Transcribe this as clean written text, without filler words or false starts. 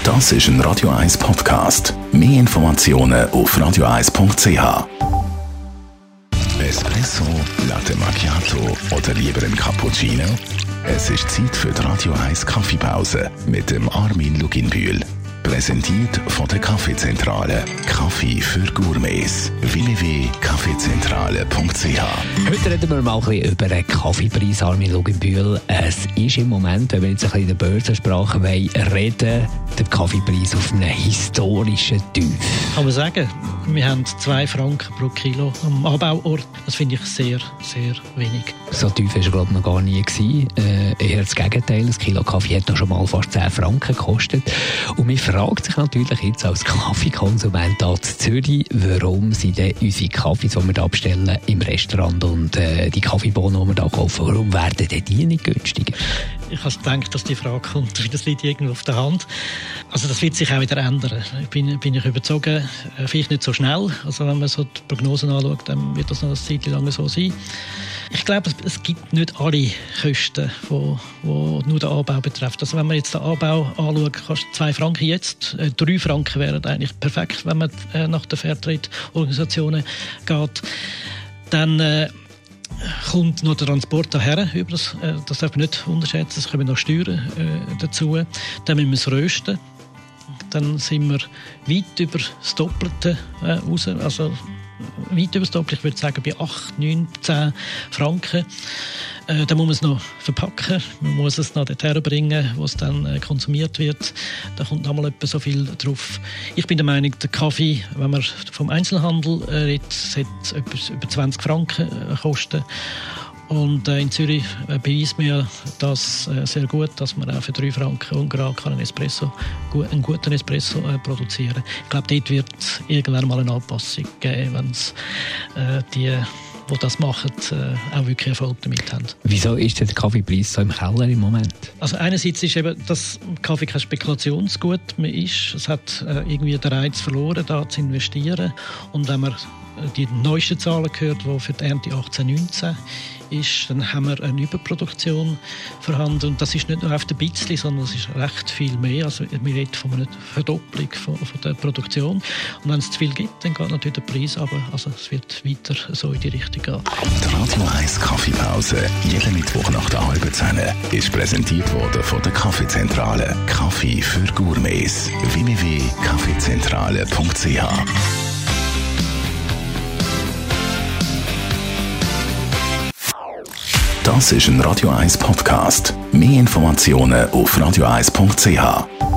Das ist ein Radio 1 Podcast. Mehr Informationen auf radio1.ch. Espresso, Latte Macchiato oder lieber ein Cappuccino? Es ist Zeit für die Radio 1 Kaffeepause mit dem Armin Luginbühl. Präsentiert von der Kaffeezentrale. Kaffee für Gourmets. www.kaffeezentrale.ch. Heute reden wir mal ein bisschen über den Kaffeepreis, Armin Luginbühl. Es ist im Moment, wenn wir jetzt ein bisschen in der Börsensprache reden, der Kaffeepreis auf einem historischen Tief. Kann man sagen, wir haben 2 Franken pro Kilo am Anbauort. Das finde ich sehr, sehr wenig. So tief war er, glaube ich, noch gar nie gewesen. Eher das Gegenteil. Ein Kilo Kaffee hat noch schon mal fast 10 Franken gekostet. Und man fragt sich natürlich jetzt als Kaffeekonsument hier in Zürich, warum sind denn unsere Kaffees, die wir hier abstellen im Restaurant und die Kaffeebohnen, die wir hier kaufen, warum werden denn die nicht günstiger? Ich habe gedacht, dass die Frage kommt, das liegt irgendwo auf der Hand. Also das wird sich auch wieder ändern. Bin ich überzeugt, vielleicht nicht so schnell. Also wenn man so die Prognosen anschaut, dann wird das noch eine Zeit lang so sein. Ich glaube, es gibt nicht alle Kosten, die nur den Anbau betreffen. Also wenn man jetzt den Anbau anschaut, kostet 2 Franken jetzt. 3 Franken wären eigentlich perfekt, wenn man nach den Fairtrade-Organisationen geht. Dann kommt noch der Transport daher. Das darf man nicht unterschätzen. Es kommen noch Steuern dazu. Dann müssen wir es rösten. Dann sind wir weit über das Doppelte raus. Also weit über das Doppelte, ich würde sagen bei 8, 9, 10 Franken. Dann muss man es noch verpacken, man muss es noch dorthin bringen, wo es dann konsumiert wird. Da kommt noch mal etwa so viel drauf. Ich bin der Meinung, der Kaffee, wenn man vom Einzelhandel redet, sollte etwas über 20 Franken kosten. Und in Zürich beweist man das sehr gut, dass man auch für 3 Franken ungerade einen guten Espresso produzieren kann. Ich glaube, dort wird es irgendwann mal eine Anpassung geben, wenn es die das machen, auch wirklich Erfolg damit haben. Wieso ist der Kaffeepreis so im Keller im Moment? Also einerseits ist eben, dass Kaffee kein Spekulationsgut mehr ist. Es hat irgendwie den Reiz verloren, da zu investieren. Und wenn man die neuesten Zahlen hört, die für die Ernte 18/19 ist, dann haben wir eine Überproduktion vorhanden. Und das ist nicht nur auf der bisschen, sondern es ist recht viel mehr. Also wir reden von einer Verdopplung von der Produktion. Und wenn es zu viel gibt, dann geht natürlich der Preis runter. Also es wird weiter so in die Richtung gehen. Die Radio 1 Kaffeepause, jeden Mittwoch nach der 9:30, ist präsentiert worden von der Kaffeezentrale. Kaffee für Gourmets. www.kaffeezentrale.ch. Das ist ein Radio 1 Podcast. Mehr Informationen auf radio1.ch.